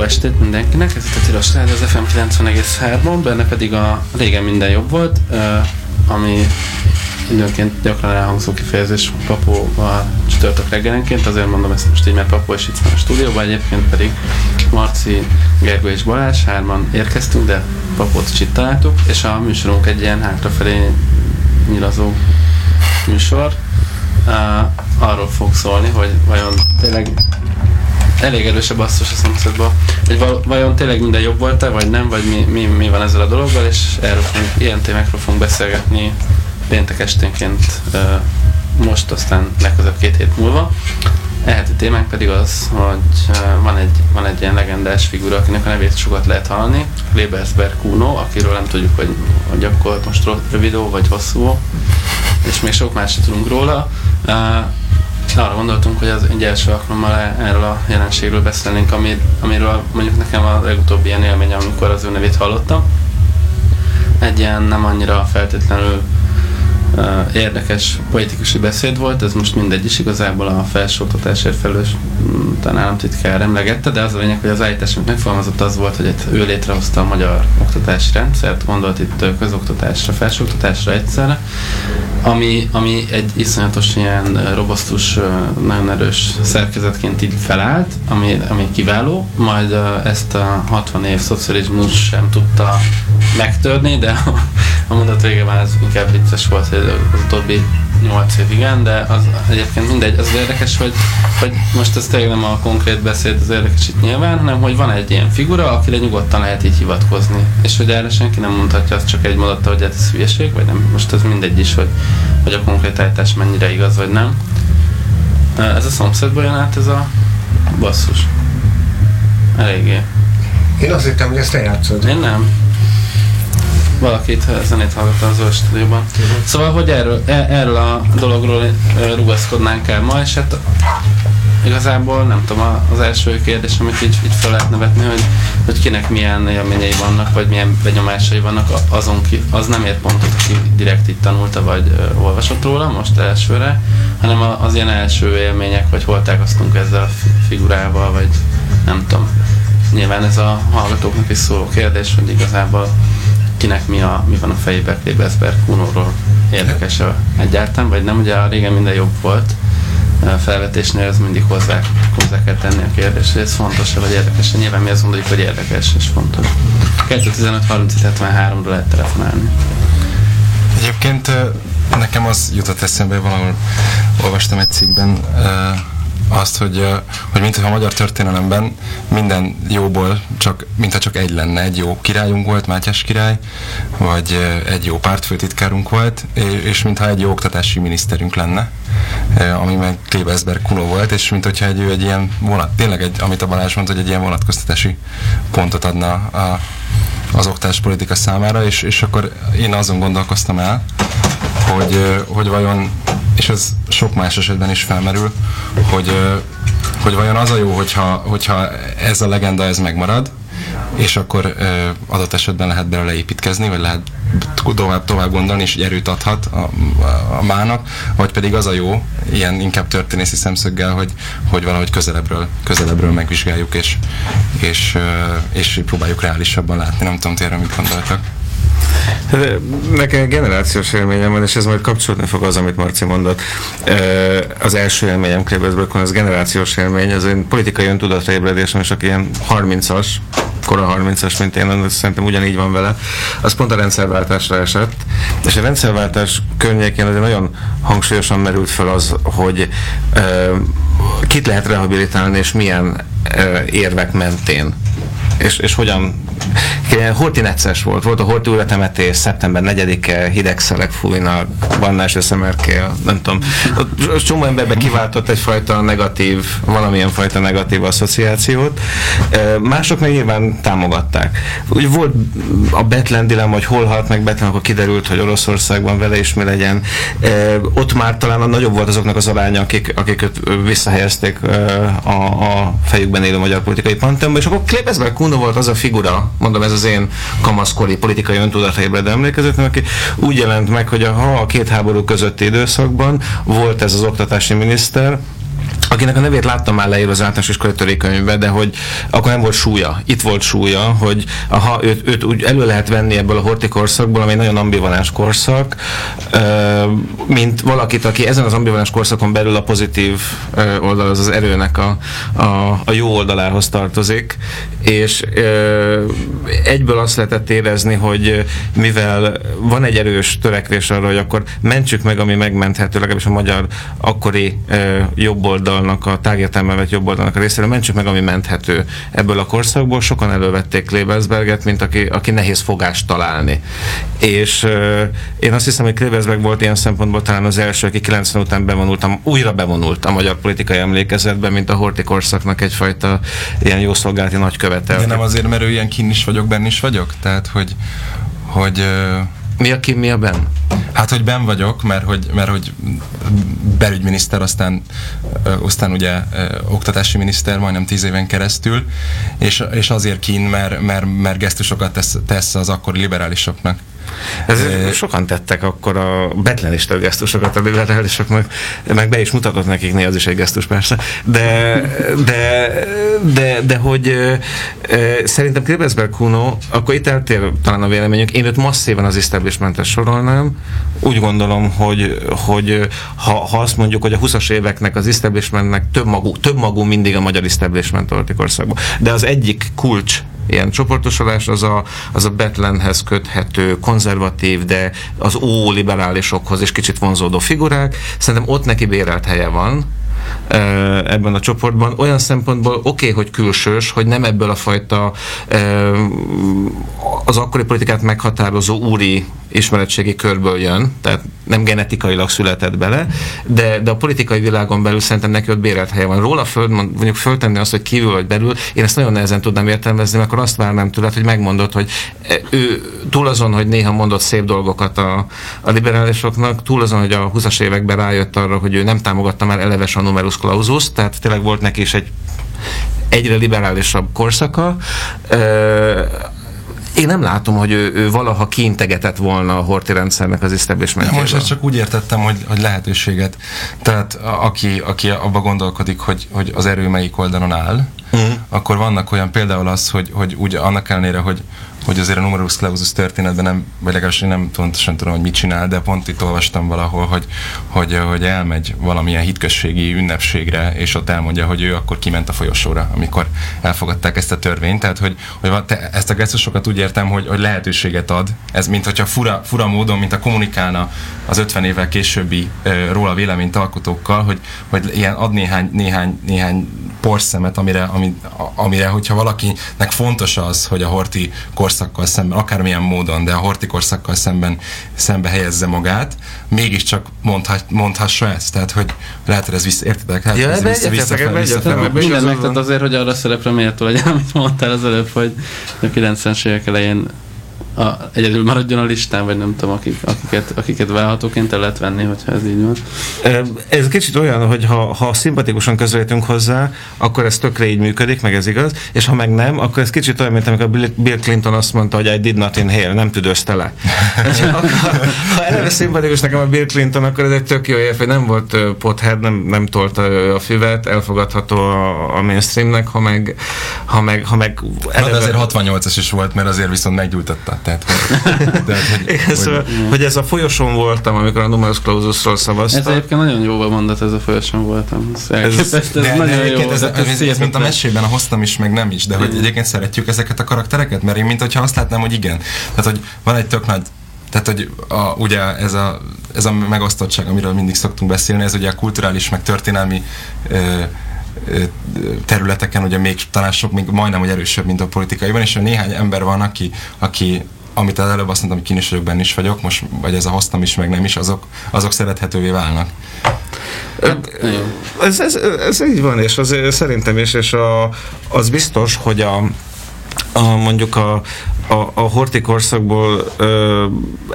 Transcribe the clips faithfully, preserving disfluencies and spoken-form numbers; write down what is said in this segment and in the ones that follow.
estét mindenkinek, ez itt a Tilos Rádió, az ef em kilencven egész három, benne pedig a régen minden jobb volt, ami időnként gyakran elhangzó kifejezés Papó a csütörtök reggelenként, azért mondom ezt most így, mert Papó is itt van a stúdióban, egyébként pedig Marci, Gergő és Balázs, hárman érkeztünk, de Papót is itt találtuk, és a műsorunk egy ilyen hátrafelé nyilazó műsor. Uh, arról fog szólni, hogy vajon tényleg elég erős a basszus a szomszédban, hogy val- vajon tényleg minden jobb volt-e, vagy nem, vagy mi, mi, mi van ezzel a dologgal, és erről fogunk, ilyen témákról fogunk beszélgetni péntek esténként uh, most, aztán legközelebb két hét múlva. Eheti témánk pedig az, hogy uh, van, egy, van egy ilyen legendás figura, akinek a nevét sokat lehet hallani, Klebersberg Kuno, akiről nem tudjuk, hogy, hogy akkor most rövidó vagy hosszú, és még sok más sem tudunk róla. Uh, arra gondoltunk, hogy az egy első alkalommal erről a jelenségről beszélnénk, ami, amiről mondjuk nekem a legutóbbi ilyen élmény, amikor az ő nevét hallottam. Egy ilyen nem annyira feltétlenül uh, érdekes politikusi beszéd volt, ez most mindegy is, igazából a felsőoktatásért felelős talán államtitkár emlegette, de az a lényeg, hogy az állítás, amit megfogalmazott, az volt, hogy ő létrehozta a magyar oktatási rendszert, gondolt itt közoktatásra, felsőoktatásra egyszerre, ami, ami egy iszonyatos ilyen robosztus, nagyon erős szerkezetként így felállt, ami, ami kiváló, majd ezt a hatvan év szocializmus sem tudta megtörni, de a mondat vége már az inkább vicces volt, hogy az utóbbi nyolc év igen, de az egyébként mindegy, az érdekes, hogy, hogy most ez tényleg nem a konkrét beszéd az érdekes itt nyilván, hanem hogy van egy ilyen figura, akire nyugodtan lehet így hivatkozni, és hogy erre senki nem mondhatja azt csak egy mondatta, hogy ez hülyeség, vagy nem, most ez mindegy is, hogy, hogy a konkrét állítás mennyire igaz, vagy nem. Ez a szomszédból jön át ez a basszus. Eléggé. Én azt hittem, hogy ezt te játszod. Én nem. Valakit zenét hallgatta az stúdióban. Uh-huh. Szóval, hogy erről, erről a dologról rugaszkodnánk el ma, és hát igazából nem tudom, az első kérdés, amit így, így fel lehet nevetni, hogy, hogy kinek milyen élményei vannak, vagy milyen benyomásai vannak azon ki, az nem ért pontot, aki direkt itt tanulta, vagy uh, olvasott róla most elsőre, hanem az ilyen első élmények, vagy hol találkoztunk ezzel a figurával, vagy nem tudom. Nyilván ez a hallgatóknak is szóló kérdés, hogy igazából kinek mi, a, mi van a fejében Klebersberg Kunóról, érdekes egyáltalán, vagy nem, ugye a régen minden jobb volt, felvetésnél ez mindig hozzá, hozzá kell tenni a kérdés, hogy ez fontos-e vagy érdekes, nyilván mi azt gondoljuk, hogy érdekes és fontos. kettő-tizenöt harminc hetvenháromra lehet telefonálni. Egyébként nekem az jutott eszembe, valahol olvastam egy cikkben, azt, hogy, hogy mintha a magyar történelemben minden jóból csak, mintha csak egy lenne, egy jó királyunk volt, Mátyás király, vagy egy jó pártfőtitkárunk volt, és mintha egy jó oktatási miniszterünk lenne, ami meg Klebersberg Kuno volt, és mint hogyha egy, ő egy ilyen vonat, tényleg egy, amit a Balázs mondta, hogy egy ilyen vonatkoztatási pontot adna a, az oktatáspolitika számára, és, és akkor én azon gondolkoztam el, hogy, hogy vajon, és ez sok más esetben is felmerül, hogy, hogy vajon az a jó, hogyha, hogyha ez a legenda ez megmarad, és akkor adott esetben lehet belőle építkezni, vagy lehet tovább, tovább gondolni, és erőt adhat a, a, a mának, vagy pedig az a jó, ilyen inkább történészi szemszöggel, hogy, hogy valahogy közelebbről, közelebbről megvizsgáljuk, és, és, és próbáljuk reálisabban látni. Nem tudom, tényleg mit gondoltak. Nekem generációs élményem van, és ez majd kapcsolódni fog az, amit Marci mondott. Az első élményem Klebersberg, az generációs élmény, az én politikai öntudatra ébredésem, és aki ilyen harmincas, kora harmincas, mint én, szerintem ugyanígy van vele, az pont a rendszerváltásra esett, és a rendszerváltás környékén azért nagyon hangsúlyosan merült fel az, hogy kit lehet rehabilitálni, és milyen érvek mentén. És, és hogyan Horthy necces volt. Volt a Horthy újratemetés, szeptember negyedike, hideg szelek fújnak, bannás összemerkél, nem tudom. A csomó emberbe kiváltott egyfajta negatív, valamilyen fajta negatív asszociációt. Mások meg nyilván támogatták. Úgy volt a Bethlen dilemma, hogy hol halt meg Bethlen, akkor kiderült, hogy Oroszországban vele is mi legyen. Ott már talán a nagyobb volt azoknak az aránya, akik, akik visszahelyezték a, a fejükben élő magyar politikai pantheonba, és akkor Klebersberg Kuno volt az a figura, mondom, ez az én kamaszkori politikai öntudatra ébredő emlékezetem, aki úgy jelent meg, hogy a, ha a két háború közötti időszakban volt ez az oktatási miniszter, akinek a nevét láttam már leírva az általános iskolai törékönyvben, de hogy akkor nem volt súlya. Itt volt súlya, hogy aha, őt, őt úgy elő lehet venni ebből a horti korszakból, ami egy nagyon ambivalens korszak, mint valakit, aki ezen az ambivalens korszakon belül a pozitív oldal, az az erőnek a, a, a jó oldalához tartozik, és egyből azt lehetett érezni, hogy mivel van egy erős törekvés arra, hogy akkor mentsük meg, ami megmenthető, legalábbis a magyar akkori jobboldalnak, a tágértelmel vett jobboldalnak a részéről, mentsük meg, ami menthető ebből a korszakból. Sokan elővették Klebersberget, mint aki, aki nehéz fogást találni. És uh, én azt hiszem, hogy Klebersberg volt ilyen szempontból talán az első, aki kilencven után bevonultam, újra bevonult a magyar politikai emlékezetben, mint a horti korszaknak egyfajta ilyen jószolgálati nagykövete. De nem azért, mert ő ilyen kin is vagyok, benn is vagyok? Tehát, hogy... hogy uh... Mi a kin, mi a benn? Hát, hogy benn vagyok, mert hogy, mert, hogy belügyminiszter, aztán, aztán ugye oktatási miniszter majdnem tíz éven keresztül, és, és azért kín, mert, mert, mert gesztusokat tesz, tesz az akkori liberálisoknak. Ez e, sokan tettek akkor a betlenista gesztusokat a liberálisoknak, meg be is mutatott nekik, néha az is egy gesztus persze, de, de, de, de hogy e, szerintem Klebersberg Kuno, akkor itt eltér talán a véleményünk, én őt masszívan az establishment-es sorolnám. Úgy gondolom, hogy, hogy ha, ha azt mondjuk, hogy a huszas éveknek az establishmentnek több magú, több magú mindig a magyar establishment horti korszakban, de az egyik kulcs ilyen csoportosulás az a, az a Betlenhez köthető, konzervatív, de az ó liberálisokhoz is kicsit vonzódó figurák. Szerintem ott neki bérelt helye van ebben a csoportban. Olyan szempontból oké, okay, hogy külsős, hogy nem ebből a fajta az akkori politikát meghatározó úri ismeretségi körből jön, tehát nem genetikailag született bele, de, de a politikai világon belül szerintem neki ott bérelt helye van. Róla föld, mondjuk föltenni azt, hogy kívül vagy belül, én ezt nagyon nehezen tudnám értelmezni, mert akkor azt várnám tőled, hogy megmondod, hogy ő túl azon, hogy néha mondott szép dolgokat a, a liberálisoknak, túl azon, hogy a huszas években rájött arra, hogy ő nem támogatta már eleves a numerus clausus, tehát tényleg volt neki is egy egyre liberálisabb korszaka. Én nem látom, hogy ő, ő valaha kiintegetett volna a horti rendszernek az establishmentjével. Most ezt csak úgy értettem, hogy, hogy lehetőséget. Tehát a, aki, aki abba gondolkodik, hogy, hogy az erő melyik oldalon áll, uh-huh. akkor vannak olyan, például az, hogy, hogy úgy annak ellenére, hogy hogy azért a numerus clausus történetben nem, vagy legalábbis én nem pontosan tudom, hogy mit csinál, de pont itt olvastam valahol, hogy, hogy, hogy elmegy valamilyen hitközségi ünnepségre, és ott elmondja, hogy ő akkor kiment a folyosóra, amikor elfogadták ezt a törvényt. Tehát, hogy, hogy te, ezt a gesztusokat úgy értem, hogy, hogy lehetőséget ad. Ez, mint hogyha fura, fura módon, mint a kommunikálna az ötven évvel későbbi uh, róla véleményt alkotókkal, hogy, hogy ilyen ad néhány, néhány, néhány porszemet, amire, ami, amire, hogyha valakinek fontos az, hogy a horti korszakkal szemben, akármilyen módon, de a horti korszakkal szemben szembe helyezze magát, mégiscsak mondhat, mondhassa ezt. Tehát, hogy lehet, hogy ez vissza, értedek? Hát, ja, ez vissza, vissza, vissza, vissza, minden megtett azért, hogy arra szerepre méltó legyen, amit mondtál az előbb, hogy a kilencvenes évek elején a, egyedül maradjon a listán, vagy nem tudom, akik, akiket, akiket válhatóként el lehet venni, hogyha ez így van. Ez kicsit olyan, hogy ha, ha szimpatikusan közelítünk hozzá, akkor ez tökre így működik, meg ez igaz, és ha meg nem, akkor ez kicsit olyan, mint amikor Bill Clinton azt mondta, hogy I did not inhale, nem tüdőzte le. ha, ha eleve szimpatikus nekem a Bill Clinton, akkor ez egy tök jó év, hogy nem volt pothead, nem, nem tolta a füvet, elfogadható a, a mainstreamnek, ha meg ha meg, ha meg eleve... Na, de azért hatvannyolcas is volt, mert azért viszont meggyújtotta. Tehát, hogy, de, hogy, ez, hogy, hogy ez a folyosón voltam, amikor a numerus claususról szavaztam. Ez egyébként nagyon jó mondat, ez a folyosón voltam. Ez, ez, ez, de, nagyon de, jó. Ez, ez, ez, ez mint a mesében, a hoztam is, meg nem is, de hogy egyébként szeretjük ezeket a karaktereket, mert én mint hogyha azt látnám, hogy igen. Tehát, hogy van egy tök nagy, tehát, hogy a, ugye ez a, ez a megosztottság, amiről mindig szoktunk beszélni, ez ugye a kulturális, meg történelmi ö, területeken ugye még talán sok, még majdnem, hogy erősebb, mint a politikaiban, és néhány ember van, aki, aki amit az előbb azt mondtam, hogy kín is vagyok, benn is vagyok, most, vagy ez a hoztam is, meg nem is, azok, azok szerethetővé válnak. Hát, ez, ez, ez így van, és az, szerintem is, és a, az biztos, hogy a, a mondjuk a, a, a horti korszakból ö,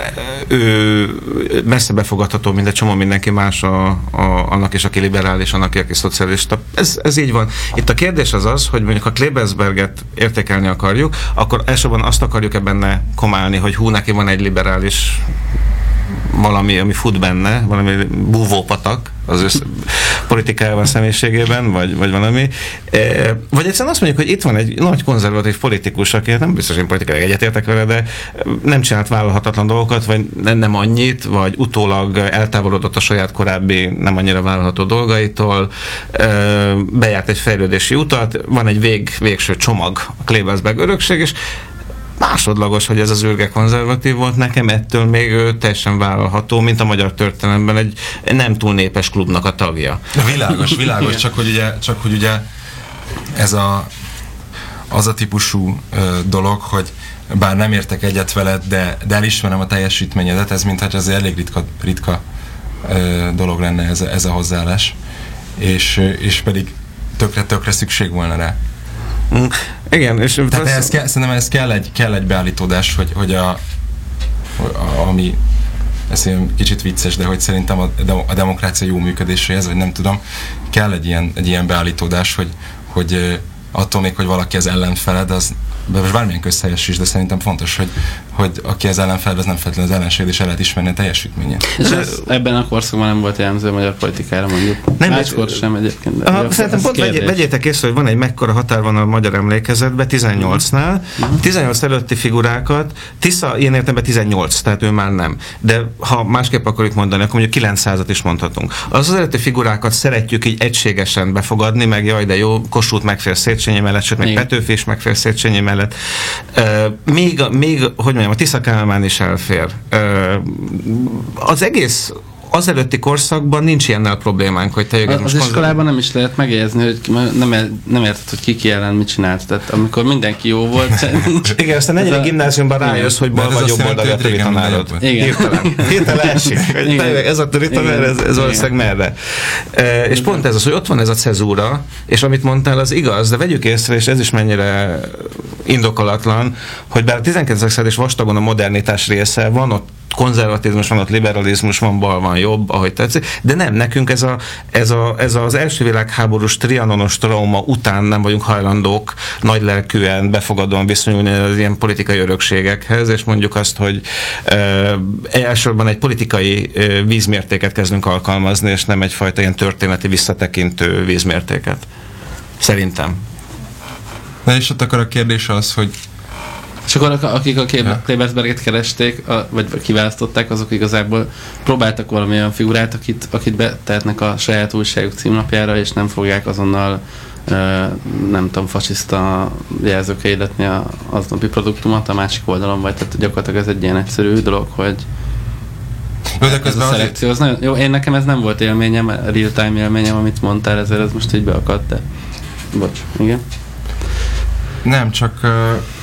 ő messze befogadható, mint egy csomó mindenki más a, a, annak is, aki liberális, annak, aki szocialista. Ez, ez így van. Itt a kérdés az az, hogy mondjuk ha Klebersberget értékelni akarjuk, akkor elsősorban azt akarjuk-e benne komálni, hogy hú, neki van egy liberális valami, ami fut benne, valami búvópatak az össze, politikájában, személyiségében, vagy, vagy valami. Vagy egyszerűen azt mondjuk, hogy itt van egy nagy konzervatív politikus, aki nem biztos, hogy politikai egyetértek vele, de nem csinált vállalhatatlan dolgokat, vagy nem annyit, vagy utólag eltávolodott a saját korábbi nem annyira vállalható dolgaitól, bejárt egy fejlődési utat, van egy vég, végső csomag, a Klebersberg örökség, és másodlagos, hogy ez az űrge konzervatív volt, nekem ettől még ő teljesen vállalható, mint a magyar történelemben egy nem túl népes klubnak a tagja. Világos, világos, csak hogy ugye, csak hogy ugye ez a, az a típusú ö, dolog, hogy bár nem értek egyet veled, de, de elismerem a teljesítményedet, ez mintha az elég ritka, ritka ö, dolog lenne ez a, ez a hozzáállás, és, és pedig tökre-tökre szükség volna rá. Mm, igen, és tehát ez kell, szerintem ez kell egy, kell egy beállítódás, hogy, hogy a, a, ami ez ilyen kicsit vicces, de hogy szerintem a, a demokrácia jó működéséhez, vagy nem tudom, kell egy ilyen, egy ilyen beállítódás, hogy, hogy attól még, hogy valaki az ellenfeled, az most bármilyen közhelyes is, de szerintem fontos, hogy, hogy aki az ellenfeled, az nem feltétlenül az ellenség, és el lehet ismerni a teljesítményét. És ez ebben a korszakban nem volt jellemző a magyar politikára, mondjuk. Nem máskor sem egyébként. De aha, szerintem pont vegy, vegyétek észre, hogy van egy mekkora határ van a magyar emlékezetben, tizennyolcnál. Uh-huh. tizennyolc előtti figurákat, Tisza ilyen értelemben tizennyolc, tehát ő már nem. De ha másképp akarjuk mondani, akkor mondjuk kilencszázat is mondhatunk. Az az előtti figurákat szeretjük így egységesen befogadni, meg jaj, de jó, Kossuth megfér Széchenyi mellett, sőt, meg Petőfi is megfér Széchenyi mellett. Uh, még, még, hogy mondjam, a Tisza Kálmán is elfér. Uh, az egész az előtti korszakban nincs ilyennel problémánk, hogy te jöged most... Az konzerv... iskolában nem is lehet megjegyezni, hogy nem, nem érted, hogy ki ki ellen mit csinált. Tehát amikor mindenki jó volt... igen, aztán negyedik a... gimnáziumban rájössz, hogy bal vagy jobb oldali a többi tanárod. Hirtelen. Hirtelen esik. Ez a többi tanár, ez, ez valószínűleg merre. E, és pont ez az, hogy ott van ez a cezúra, és amit mondtál, az igaz, de vegyük észre, és ez is mennyire indokolatlan, hogy bár a tizenkilencedik század és vastagon a modernitás része van, ott konzervatizmus van, ott liberalizmus van, bal van, jobb, ahogy tetszik, de nem, nekünk ez, a, ez, a, ez az első világháborús trianonos trauma után nem vagyunk hajlandók nagylelkűen, befogadóan viszonyulni az ilyen politikai örökségekhez, és mondjuk azt, hogy e, elsősorban egy politikai e, vízmértéket kezdünk alkalmazni, és nem egyfajta ilyen történeti visszatekintő vízmértéket. Szerintem. Na és ott akkor a kérdés az, hogy és akkor akik a Klebersberget keresték, a, vagy kiválasztották, azok igazából próbáltak valamilyen figurát, akit, akit betehetnek a saját újságuk címlapjára, és nem fogják azonnal uh, nem tudom, fasiszta jelzőkkel illetni a aznapi produktumot a másik oldalon, vagy tehát gyakorlatilag ez egy ilyen egyszerű dolog, hogy jó, de ez a szelekció, az nagyon, jó, én nekem ez nem volt élményem, real-time élményem, amit mondtál, ezért ez most így beakadt, de bocs, igen. Nem, csak uh...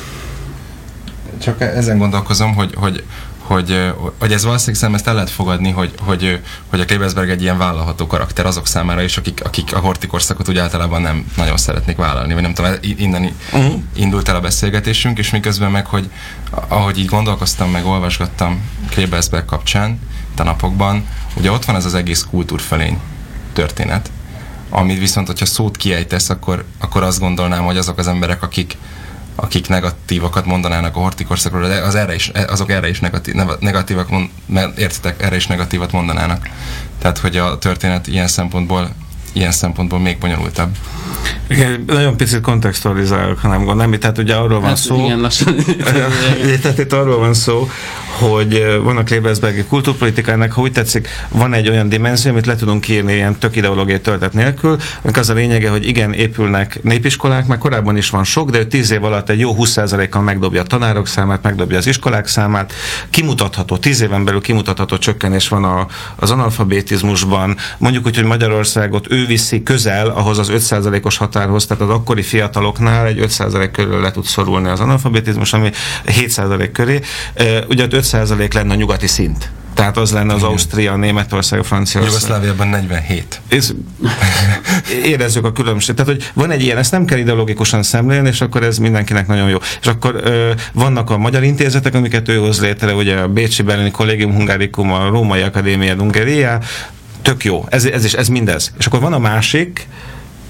csak ezen gondolkozom, hogy, hogy, hogy, hogy ez valószínűleg ezt el lehet fogadni, hogy, hogy, hogy a Klebersberg egy ilyen vállalható karakter azok számára is, akik, akik a horthy-korszakot úgy általában nem nagyon szeretnék vállalni, vagy nem tudom, innen uh-huh. indult el a beszélgetésünk, és miközben meg, hogy ahogy így gondolkoztam, meg olvasgattam Klebersberg kapcsán a napokban, ugye ott van ez az egész kultúrfölény történet, amit viszont, hogyha szót kiejtesz, akkor, akkor azt gondolnám, hogy azok az emberek, akik akik negatívakat mondanának a horthy-korszakról, de az erre is, azok erre is negatív, negatívak, mond, mert értitek, erre is negatívat mondanának. Tehát, hogy a történet ilyen szempontból, ilyen szempontból még bonyolultabb. Igen, nagyon picit kontextualizálok, ha nem gondolom. Tehát ugye arról van hát, szó... Igen, lassan. Tehát itt arról van szó, hogy van a Klebersbergi kultúrpolitikának, ha úgy tetszik, van egy olyan dimenzió, amit le tudunk írni ilyen tök ideológiai töltet nélkül, az a lényege, hogy igen, épülnek népiskolák, meg korábban is van sok, de ő tíz év alatt egy jó húsz százalékkal megdobja a tanárok számát, megdobja az iskolák számát, kimutatható, tíz éven belül kimutatható csökkenés van a, az analfabetizmusban, mondjuk úgy, hogy Magyarországot ő viszi közel ahhoz az öt százalékos határhoz, tehát az akkori fiataloknál egy öt százalék körül le tud szorulni az analfabetizmus, ami hét százalék köré. Ugye öt százalék lenne a nyugati szint. Tehát az lenne az igen. Ausztria, Németország, Franciaország. Jugoszláviában negyvenhét. És érezzük a különbséget. Tehát, hogy van egy ilyen, ezt nem kell ideológikusan szemlélni, és akkor ez mindenkinek nagyon jó. És akkor ö, vannak a magyar intézetek, amiket ő hoz létre, ugye a Bécsi Berlini Collegium Hungaricum, a Római Akadémia Ungheria, tök jó. Ez, ez is, ez mindez. És akkor van a másik,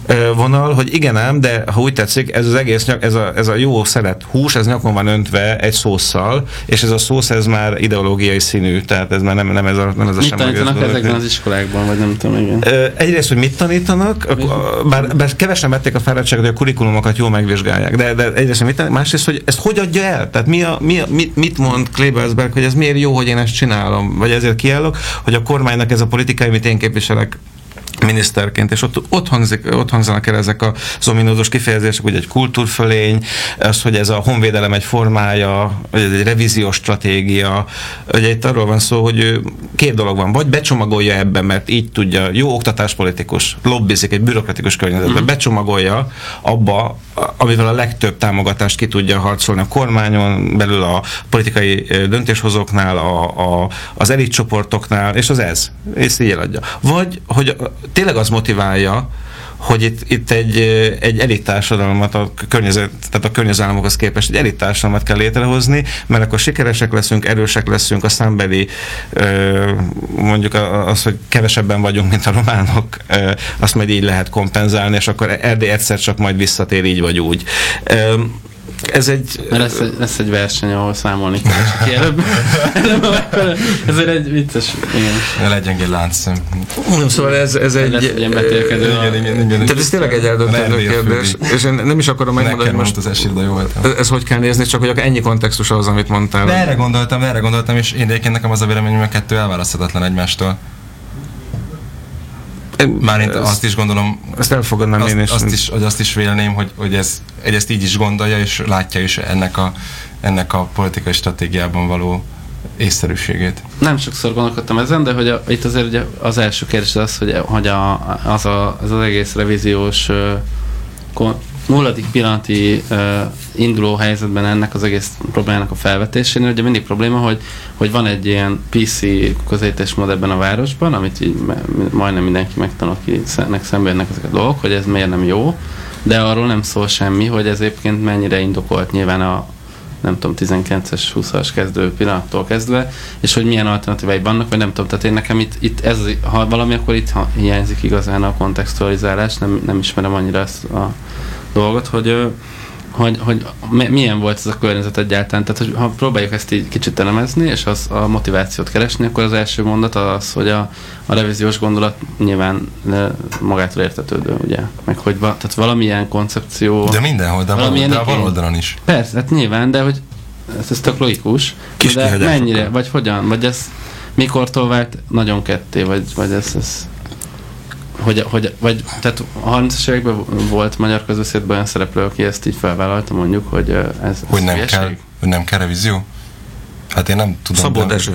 vonal, hogy igen ám, de ha úgy tetszik, ez az egész nyak, ez a, ez a jó szelet hús, ez nyakon van öntve egy szósszal, és ez a szósz, ez már ideológiai színű, tehát ez már nem, nem ez a, nem ez a mit sem tanítanak ezekben az iskolákban, vagy nem tudom, igen. Egyrészt, hogy mit tanítanak, bár, bár kevesen vették a fáradtságot, hogy a kurikulumokat jól megvizsgálják, de, de egyrészt, hogy mit tanítanak, másrészt, hogy ezt hogy adja el? Tehát mi a, mi a, mit, mit mond Klebersberg, hogy ez miért jó, hogy én ezt csinálom, vagy ezért kiállok, hogy a kormánynak ez a politikai, amit én képviselek miniszterként, és ott, ott, hangzik, ott hangzanak el ezek az ominózus kifejezések, hogy egy kultúrfölény, az, hogy ez a honvédelem egy formája, vagy ez egy revíziós stratégia. Ugye itt arról van szó, hogy két dolog van, vagy becsomagolja ebben, mert így tudja, jó oktatáspolitikus, lobbizik egy bürokratikus környezetben, uh-huh. becsomagolja abba, amivel a legtöbb támogatást ki tudja harcolni a kormányon, belül a politikai döntéshozóknál, a, a, az elitcsoportoknál, és az ez. És így eladja. Vagy, hogy tényleg az motiválja, hogy itt, itt egy, egy elittársadalmat a környezet, tehát a környező államokhoz képest egy elittársadalmat kell létrehozni, mert akkor sikeresek leszünk, erősek leszünk, a számbeli mondjuk az, hogy kevesebben vagyunk, mint a románok, azt majd így lehet kompenzálni, és akkor Erdély egyszer csak majd visszatér így vagy úgy. Ez egy... Mert lesz egy, lesz egy verseny, ahol számolni kell, csak előbb. Ez egy vicces, igen. Legyen láncszem. Szóval ez, ez egy... Lesz egy ilyen betélkedő. Tehát ez tényleg egy eldöntendő kérdés. És én nem is akarom megmondani, hogy most az esélye, jó ez hogy kell nézni, csak hogy ennyi kontextus az, amit mondtál. De erre gondoltam, erre gondoltam, és én egyébként nekem az a véleményem, hogy a kettő elválaszthatatlan egymástól. Már én azt is gondolom, ezt elfogadnám azt, én is. Azt is, hogy azt is vélném, hogy, hogy ez, ezt így is gondolja, és látja is ennek a, ennek a politikai stratégiában való észszerűségét. Nem sokszor gondolkodtam ezen, de hogy a, itt azért ugye az első kérdés az, hogy, hogy a, az, a, az az egész revíziós uh, nulladik pillanati uh, induló helyzetben ennek az egész problémának a felvetésénél, ugye mindig probléma, hogy, hogy van egy ilyen pé cé közelítésmód ebben a városban, amit így majdnem mindenki megtanul, akinek szembe jönnek ezek a dolgok, hogy ez miért nem jó, de arról nem szól semmi, hogy ez egyébként mennyire indokolt nyilván a nem tudom, tizenkilences, húszas kezdő pillanattól kezdve, és hogy milyen alternatívái vannak, vagy nem tudom, tehát én nekem itt, itt ez, ha valami, akkor itt hiányzik igazán a kontextualizálás, nem, nem ismerem annyira ezt a dolgot, hogy, hogy, hogy milyen volt ez a környezet egyáltalán, tehát hogy ha próbáljuk ezt így kicsit elemezni, és az, a motivációt keresni, akkor az első mondat az, hogy a, a revíziós gondolat nyilván magától értetődő, ugye, meg hogy va, tehát valamilyen koncepció... De mindenhol, de, való, de a baloldalon is. Persze, hát nyilván, de hogy ez, ez tök logikus, Kis de mennyire, vagy hogyan, vagy ez mikortól vált nagyon ketté, vagy, vagy ez... ez Hogy, hogy, vagy, tehát a harmincas években volt magyar közbeszédben olyan szereplő, aki ezt így felvállalta, mondjuk, hogy ez, ez hogy nem kell, hogy nem kell revízió? Hát én nem tudom. Szabó Dezső.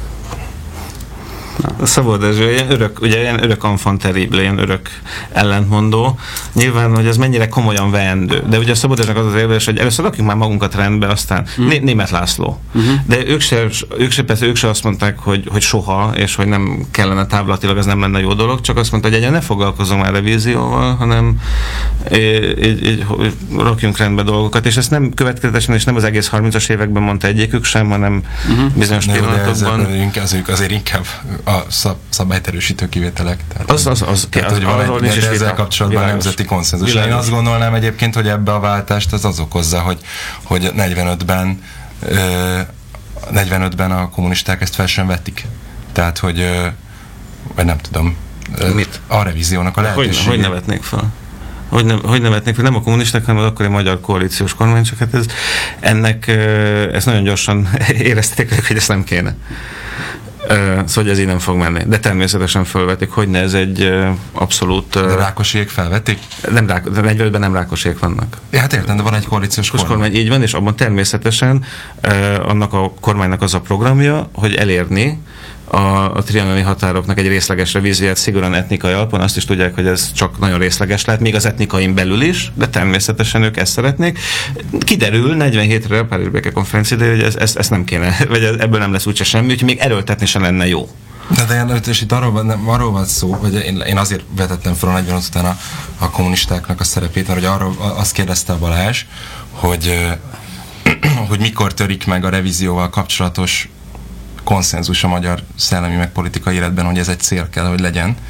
A Szabó Dezső, ilyen örök, ugye ilyen örök enfant terrible, ilyen örök ellentmondó. Nyilván, hogy ez mennyire komolyan veendő. De ugye a Szabó Dezsőnek az az érvelés, hogy először rakjuk már magunkat rendbe, aztán mm. Né- Németh László. Mm-hmm. De ők se, ők se, persze ők se azt mondták, hogy, hogy soha, és hogy nem kellene távlatilag, ez nem lenne jó dolog, csak azt mondta, hogy egyen ne foglalkozunk már revízióval, hanem így, így, így, rakjunk rendbe dolgokat, és ezt nem következetesen, és nem az egész harmincas években mondta egyikük sem, hanem mm-hmm. bizonyos pillanatokban. Azért, azért inkább a szab, szabályterősítő kivételek. Tehát, az, az, az, tehát, az, hogy van egy, ezzel vita. Kapcsolatban világos. Nemzeti konszenzus. Világos. Én azt gondolnám egyébként, hogy ebbe a váltást az az okozza, hogy, hogy negyvenötben, ö, negyvenötben a kommunisták ezt fel sem vetik. Tehát, hogy ö, vagy nem tudom, ö, mit? A revíziónak a lehetőségét. Hogy, hogy nevetnék fel? Hogy, ne, hogy nevetnék fel? Nem a kommunisták, hanem az akkori magyar koalíciós kormány, csak hát ez, ennek, ezt nagyon gyorsan érezték, hogy ezt nem kéne. Uh, szóval, hogy ez így nem fog menni. De természetesen felvetik, hogy ne, ez egy uh, abszolút... Uh, de Rákosiék felvetik? Nem Rák, de negyvenötben nem Rákosiék vannak. Ja, hát értem, de van egy koalíciós kormány. kormány. Így van, és abban természetesen uh, annak a kormánynak az a programja, hogy elérni a, a trianoni határoknak egy részleges revízióját szigorúan etnikai alapon. Azt is tudják, hogy ez csak nagyon részleges lehet, még az etnikain belül is, de természetesen ők ezt szeretnék. Kiderül negyvenhétre a Párizsi békekonferencia idején, hogy ez, ez, ez nem kéne, vagy ebből nem lesz úgyse semmi, úgyhogy még erőltetni sem lenne jó. De, de és itt arról, nem, arról van szó, hogy én, én azért vetettem fel a negyvenöt után a, a kommunistáknak a szerepét, mert hogy arról azt kérdezte a Balázs, hogy, hogy mikor törik meg a revízióval kapcsolatos konszenzus a magyar szellemi meg politikai életben, hogy ez egy cél kell, hogy legyen.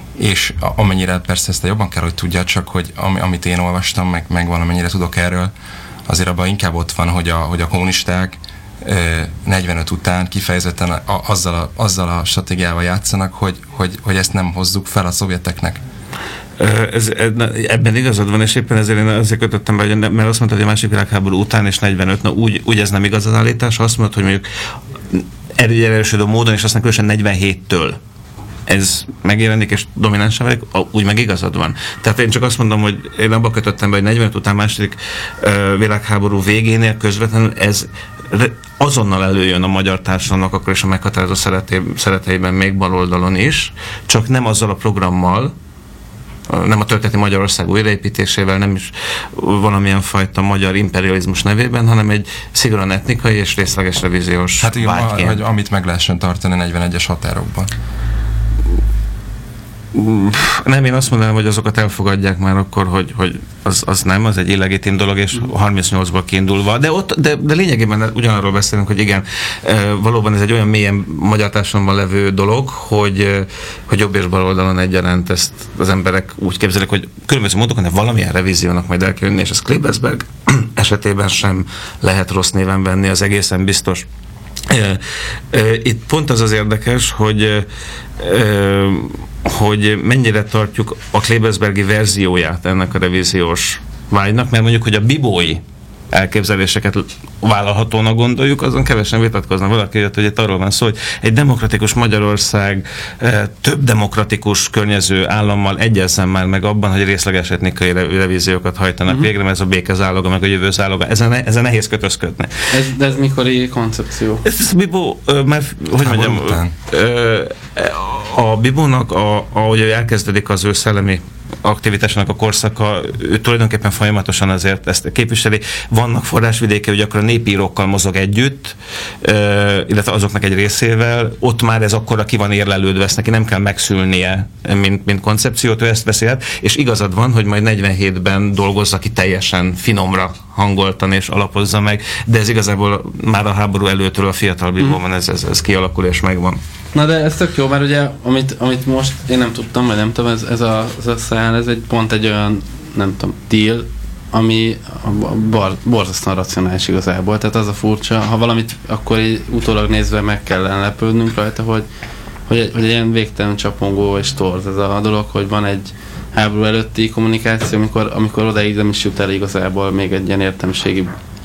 és amennyire persze ezt jobban kell, hogy tudja, csak hogy am, amit én olvastam, meg, meg valamennyire tudok erről, azért abban inkább ott van, hogy a, hogy a kommunisták negyvenöt után kifejezetten a, azzal, a, azzal a stratégiával játszanak, hogy, hogy, hogy ezt nem hozzuk fel a szovjeteknek. Ez, ebben igazad van, és éppen ezért én azért kötöttem be, mert azt mondtad, hogy a második világháború után és negyvenöt, na úgy, úgy ez nem igaz az állítás, azt mondod, hogy mondjuk erősödő módon, és aztán különösen negyvenhéttől ez megjelenik, és dominánsan vagyok, úgy meg igazad van. Tehát én csak azt mondom, hogy én abba kötöttem be, hogy negyvenöt után második uh, világháború végénél közvetlenül ez azonnal előjön a magyar társadalomnak, akkor is a meghatározó szereté, szereteiben még baloldalon is, csak nem azzal a programmal, nem a történeti Magyarország újraépítésével, nem is valamilyen fajta magyar imperializmus nevében, hanem egy szigorúan etnikai és részleges revíziós hát igen, vágyként. hogy amit meg lehessen tartani negyvenegyes határokban. Nem, én azt mondanám, hogy azokat elfogadják már akkor, hogy, hogy az, az nem, az egy illegitim dolog, és harmincnyolcból kiindulva, de ott, de, de lényegében ugyanarról beszélünk, hogy igen, valóban ez egy olyan mélyen magyar társadalomban levő dolog, hogy, hogy jobb és bal oldalon egyaránt ezt az emberek úgy képzelik, hogy különböző módokon, de valamilyen revíziónak majd el kell jönni, és ez Klebersberg esetében sem lehet rossz néven venni, az egészen biztos. Itt pont az az érdekes, hogy hogy mennyire tartjuk a Klebersbergi verzióját ennek a revíziós vágynak, mert mondjuk, hogy a bibói elképzeléseket vállalhatónak gondoljuk, azon kevesen vitatkoznak. Valaki jött, hogy itt arról van szó, hogy egy demokratikus Magyarország több demokratikus környező állammal egyezzen már meg abban, hogy részleges etnikai revíziókat hajtanak uh-huh. végre, mert ez a béke záloga, meg a jövő záloga. Ezen, ezen nehéz kötözködni. Ez, de ez mikori koncepció? Ez, ez a bibó, már, hogy hát mondjam, a bibónak, a, ahogy elkezdődik az ő szellemi aktivitásának a korszaka, ő tulajdonképpen folyamatosan azért ezt képviseli. Vannak forrásvidéke, hogy akkor a népírókkal mozog együtt, illetve azoknak egy részével, ott már ez akkora ki van érlelődve, ezt neki nem kell megszülnie, mint, mint koncepciót, ő ezt beszélt, és igazad van, hogy majd negyvenhétben dolgozza ki teljesen finomra hangoltan és alapozza meg, de ez igazából már a háború előttől a fiatal bibóban ez, ez, ez kialakul és megvan. Na de ez tök jó, mert ugye, amit, amit most én nem tudtam, vagy nem tudom, ez, ez, a, ez a szál, ez egy pont egy olyan, nem tudom, deal, ami bar, borzasztóan racionális igazából. Tehát az a furcsa, ha valamit akkor így utólag nézve meg kellene lepődnünk rajta, hogy, hogy, egy, hogy egy ilyen végtelen csapongó és torz ez a dolog, hogy van egy háború előtti kommunikáció, amikor, amikor odaig nem is jut el igazából még egy ilyen értelmiségi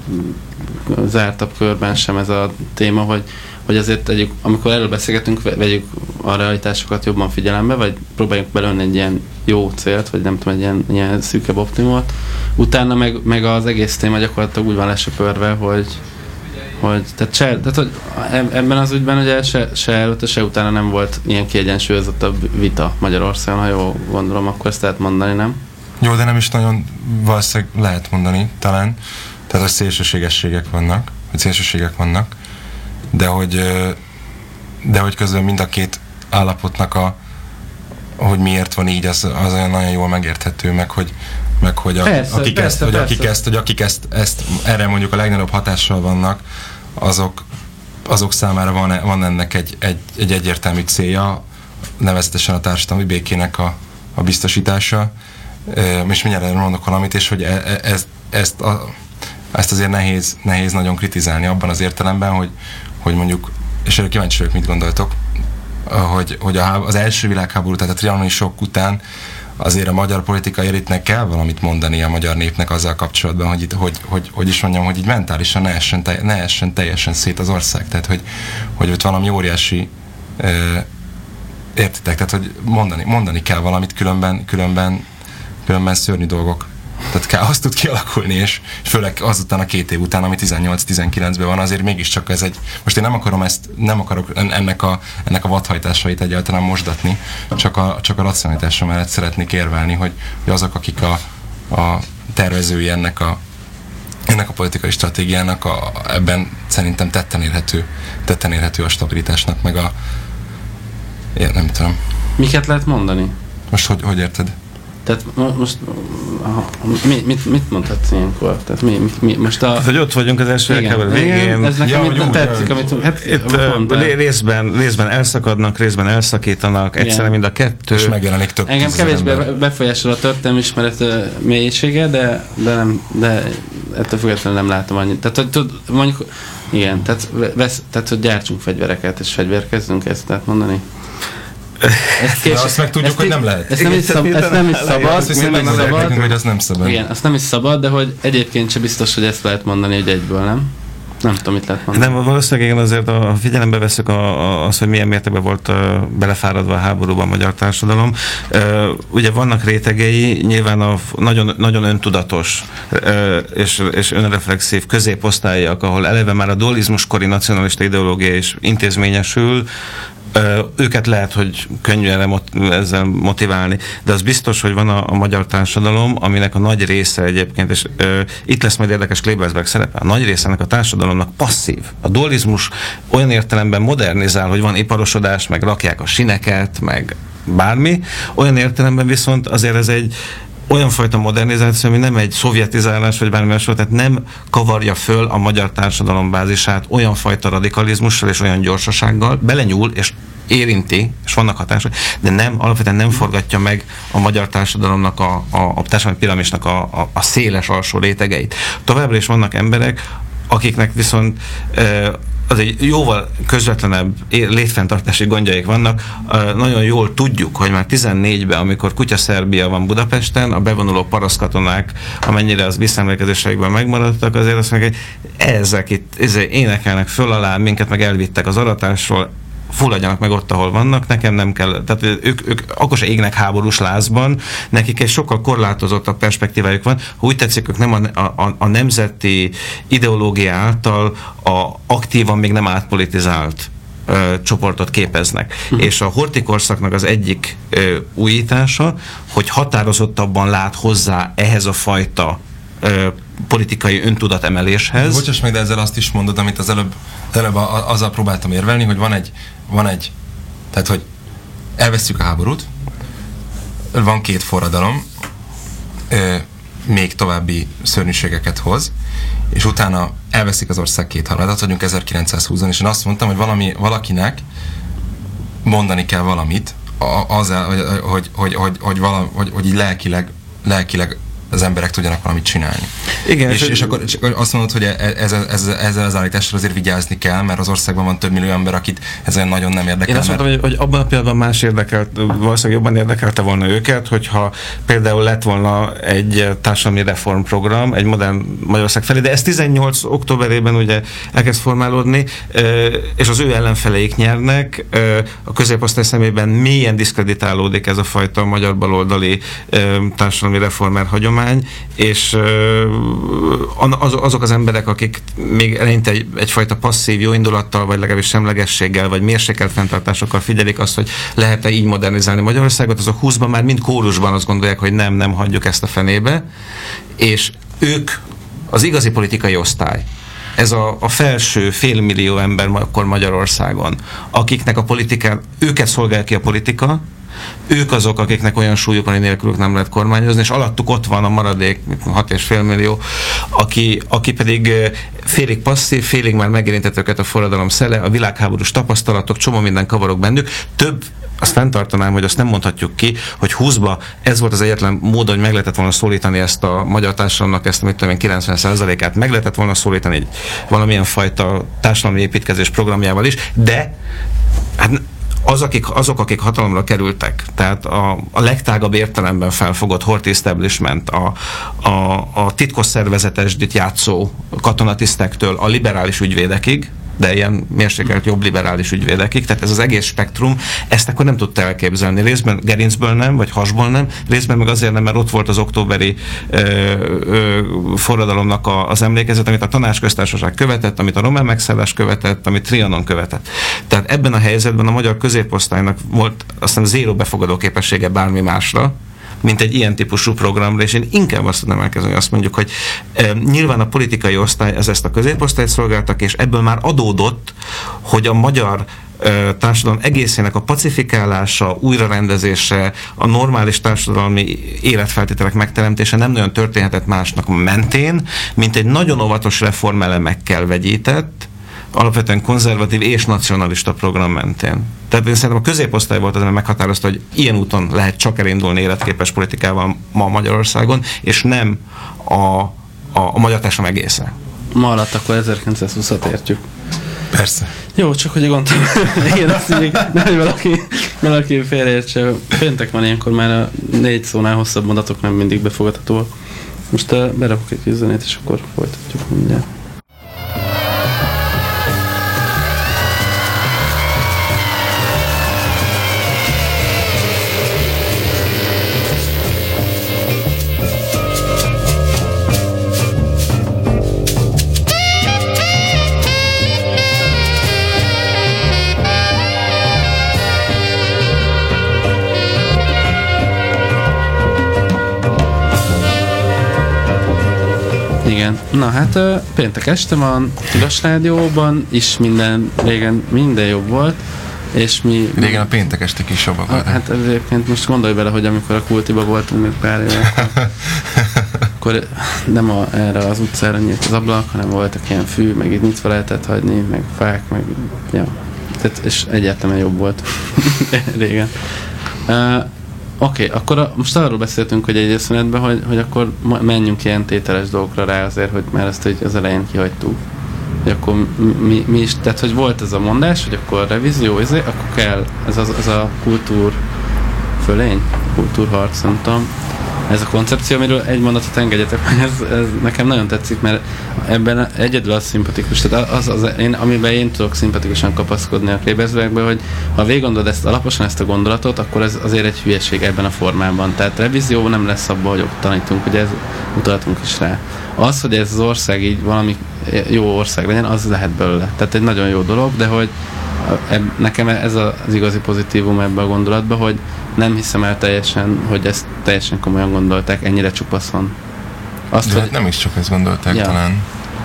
zártabb körben sem ez a téma, hogy hogy azért egyik, amikor erről beszélgetünk, vegyük a realitásokat jobban figyelembe, vagy próbáljuk belőni egy ilyen jó célt, vagy nem tudom, egy ilyen, ilyen szűkebb optimumot. Utána meg, meg az egész téma gyakorlatilag úgy van lesöpörve, hogy, hogy, tehát se, tehát, hogy ebben az ügyben ugye se, se előtte, se utána nem volt ilyen kiegyensúlyozottabb vita Magyarországon, ha jól gondolom, akkor ezt lehet mondani, nem? Jó, de nem is nagyon valószínűleg lehet mondani, talán. Tehát, hogy szélsőségességek vannak, vagy szélsőségek vannak, de hogy, de hogy közben mind a két állapotnak a, hogy miért van így, az, az olyan nagyon jól megérthető, meg hogy, meg hogy, a, persze, akik, persze, ezt, hogy persze. akik ezt, hogy akik ezt, ezt erre mondjuk a legnagyobb hatással vannak, azok, azok számára van, van ennek egy, egy, egy egyértelmű célja, nevezetesen a társadalmi békének a, a biztosítása, és mindjárt mondok valamit, és hogy e, e, ezt, ezt, a, ezt azért nehéz, nehéz nagyon kritizálni abban az értelemben, hogy hogy mondjuk, és erről kíváncsi vagyok, mit gondoltok, hogy, hogy az első világháború, tehát a trianoni sokk után azért a magyar politikai elitnek kell valamit mondani a magyar népnek azzal kapcsolatban, hogy, itt, hogy, hogy, hogy is mondjam, hogy így mentálisan ne essen, ne essen teljesen szét az ország. Tehát, hogy, hogy ott valami óriási ö, értitek, tehát, hogy mondani, mondani kell valamit, különben, különben, különben szörnyű dolgok. Tehát káosz tud kialakulni, és főleg azután a két év után, ami tizennyolc-tizenkilencben van, azért mégiscsak ez egy, most én nem akarom ezt, nem akarok ennek a, ennek a vadhajtásait egyáltalán mosdatni, csak a, csak a racionalitásra mellett szeretnék érvelni, hogy, hogy azok, akik a, a tervezői ennek a, ennek a politikai stratégiának a, ebben szerintem tetten érhető, tetten érhető a stabilitásnak, meg a, én nem tudom. Miket lehet mondani? Most hogy, hogy érted? Tehát most mi, mit, mit mondhatsz ilyenkor? Tehát mi, mi, mi most a... Tehát, hogy ott vagyunk az első világháború végén. Ez nekem ja, itt jó, tetszik, jó, amit... Hát, itt részben, részben elszakadnak, részben elszakítanak, egyszerűen mind a kettő. És megjelenik több engem kevésbé befolyásol a történelmi ismeret mélysége, de, de, nem, de ettől függetlenül nem látom annyit. Tehát, hogy tud, mondjuk, igen, tehát, vesz, tehát, hogy gyártsunk fegyvereket, és fegyverkezzünk, ezt tehát mondani. Ezt kés, azt meg tudjuk, hogy nem lehet. Ezt nem is, szab, ezt nem is szabad. Azt viszont meg szabad, nekünk, hogy az nem szabad. Igen, azt nem is szabad, de hogy egyébként sem biztos, hogy ezt lehet mondani, hogy egyből, nem? Nem tudom, mit lehet mondani. Nem, valószínűleg igen, azért a figyelembe veszük a, a, az, hogy milyen mértékben volt uh, belefáradva a háborúban a magyar társadalom. Uh, ugye vannak rétegei, nyilván a nagyon, nagyon öntudatos uh, és, és önreflexív középosztályak, ahol eleve már a dualizmuskori nacionalista ideológia is intézményesül, Uh, őket lehet, hogy könnyűen mot- ezzel motiválni, de az biztos, hogy van a, a magyar társadalom, aminek a nagy része egyébként, és uh, itt lesz majd érdekes Klebersberg szerepe, a nagy része ennek a társadalomnak passzív. A dualizmus olyan értelemben modernizál, hogy van iparosodás, meg rakják a sineket, meg bármi, olyan értelemben viszont azért ez egy olyan fajta modernizáció, ami nem egy szovjetizálás, vagy bármi más, tehát nem kavarja föl a magyar társadalom bázisát olyan fajta radikalizmussal és olyan gyorsasággal, belenyúl és érinti, és vannak hatások, de nem, alapvetően nem forgatja meg a magyar társadalomnak, a, a, a társadalmi piramisnak a, a, a széles alsó rétegeit. Továbbra is vannak emberek, akiknek viszont e, az egy jóval közvetlenebb létfenntartási gondjaik vannak. Nagyon jól tudjuk, hogy már tizennégyben, amikor Kutya-Szerbia van Budapesten, a bevonuló parasztkatonák, amennyire az visszaemlékezéseikben megmaradtak, azért azt mondják, hogy ezek itt ezek énekelnek föl alá, minket meg elvittek az aratásról, fulladjanak meg ott, ahol vannak, nekem nem kell, tehát ők, ők akkor se égnek háborús lázban, nekik egy sokkal korlátozottabb perspektívájuk van, ha úgy tetszik, ők nem a, a, a nemzeti ideológia által a aktívan még nem átpolitizált ö, csoportot képeznek. Uh-huh. És a Horthy korszaknak az egyik ö, újítása, hogy határozottabban lát hozzá ehhez a fajta ö, politikai öntudatemeléshez. Bocsáss meg, de ezzel azt is mondod, amit az előbb, előbb a, azzal próbáltam érvelni, hogy van egy, van egy, tehát, hogy elvesztjük a háborút, van két forradalom, ö, még további szörnyűségeket hoz, és utána elveszik az ország két harmadat, vagyunk ezerkilencszázhúszon, és én azt mondtam, hogy valami, valakinek mondani kell valamit, azzal, hogy, hogy, hogy, hogy, hogy, vala, hogy, hogy így lelkileg, lelkileg az emberek tudjanak valamit csinálni. Igen, és, és, és akkor, és akkor azt mondod, hogy ezzel, ezzel, ezzel az állítással azért vigyázni kell, mert az országban van több millió ember, akit ez olyan nagyon nem érdekel. Én azt mondtam, mert... hogy, hogy abban a pillanatban más érdekelt, valószínűleg jobban érdekelte volna őket, hogyha például lett volna egy társadalmi reformprogram, egy modern Magyarország felé, de ez tizennyolc októberében ugye elkezd formálódni, és az ő ellenfeleik nyernek, a középosztály szemében mélyen diszkreditálódik ez a fajta magyar baloldali társadalmi reformer hagyomány, és az, azok az emberek, akik még eleinte egy, egyfajta passzív jóindulattal, vagy legalábbis semlegességgel, vagy mérsékelt fenntartásokkal figyelik azt, hogy lehet-e így modernizálni Magyarországot, azok húszban már mind kórusban azt gondolják, hogy nem, nem hagyjuk ezt a fenébe, és ők az igazi politikai osztály, ez a, a felső félmillió ember akkor Magyarországon, akiknek a politikán, őket szolgál ki a politika, ők azok, akiknek olyan súlyuk van, hogy nélkülük nem lehet kormányozni, és alattuk ott van a maradék hat és fél millió, aki, aki pedig félig passzív, félig már megérintett őket a forradalom szele, a világháborús tapasztalatok, csomó minden kavarok bennük. Több, azt fenntartanám, hogy azt nem mondhatjuk ki, hogy húszba ez volt az egyetlen mód, hogy meg lehetett volna szólítani ezt a magyar társadalomnak, ezt a mit tudom én, kilencven százalékát, meg lehetett volna szólítani egy valamilyen fajta társadalmi építkezés programjával is, de hát Az, akik, azok, akik hatalomra kerültek, tehát a, a legtágabb értelemben felfogott Horthy establishment, a, a, a titkos szervezetesdit játszó katonatisztektől a liberális ügyvédekig, de ilyen mérsékelt jobb liberális ügyvédekig, tehát ez az egész spektrum, ezt akkor nem tudta elképzelni. Részben gerincből nem, vagy hasból nem, részben meg azért nem, mert ott volt az októberi ö, ö, forradalomnak a, az emlékezet, amit a Tanácsköztársaság követett, amit a román megszállás követett, amit Trianon követett. Tehát ebben a helyzetben a magyar középosztálynak volt aztán zéró befogadó képessége bármi másra, mint egy ilyen típusú programra, és én inkább azt tudnám elkezdeni, hogy azt mondjuk, hogy e, nyilván a politikai osztály ez ezt a középosztályt szolgáltak, és ebből már adódott, hogy a magyar társadalom egészének a pacifikálása, újrarendezése, a normális társadalmi életfeltételek megteremtése nem nagyon történhetett másnak mentén, mint egy nagyon óvatos reformelemekkel vegyített, alapvetően konzervatív és nacionalista program mentén. Tehát én szerintem a középosztály volt az, ami meghatározta, hogy ilyen úton lehet csak elindulni életképes politikával ma Magyarországon, és nem a, a, a magyar társadalom egészen. Ma alatt akkor ezerkilencszázhúszat értjük. Persze. Jó, csak hogy gondolom, igen, azt így, nem, valaki, valaki félreértse. Péntek van ilyenkor, már a négy szónál hosszabb mondatok nem mindig befogadhatóak. Most uh, berakok egy üzenét, és akkor folytatjuk mindjárt. Igen. Na hát uh, péntek este van, Tilos Rádióban is minden, régen minden jobb volt, és mi... Régen a péntek estek is jobbak voltak. Hát egyébként most gondolj bele, hogy amikor a Kultiba voltunk még pár éve, akkor, akkor nem a, erre az utcára nyílt az ablak, hanem voltak ilyen fű, meg itt nyitva lehetett hagyni, meg fák, meg... Ja. Tehát, és egyáltalán jobb volt régen. Uh, Oké, okay, akkor a, most arról beszéltünk, hogy egy eszünetben, hogy, hogy akkor menjünk ilyen tételes dolgokra rá azért, hogy már ezt hogy az elején kihagytuk. Hogy akkor mi, mi is, tehát hogy volt ez a mondás, hogy akkor revízió, ezért, akkor kell ez, az, ez a kultúr fölény, kultúrharc, nem tudom. Ez a koncepció, amiről egy mondatot engedjetek meg, ez, ez nekem nagyon tetszik, mert ebben egyedül az szimpatikus, tehát az, az, én, amiben én tudok szimpatikusan kapaszkodni a Klebersbergbe, hogy ha végiggondolod ezt alaposan ezt a gondolatot, akkor ez azért egy hülyeség ebben a formában. Tehát revízió nem lesz abban, hogy ott tanítunk, ugye ez utaltunk is rá. Az, hogy ez az ország így valami jó ország legyen, az lehet belőle. Tehát egy nagyon jó dolog, de hogy eb, nekem ez az igazi pozitívum ebben a gondolatban, hogy nem hiszem el teljesen, hogy ezt teljesen komolyan gondolták, ennyire csupaszon. Azt, de hogy... nem is csak ezt gondolták, ja. Talán.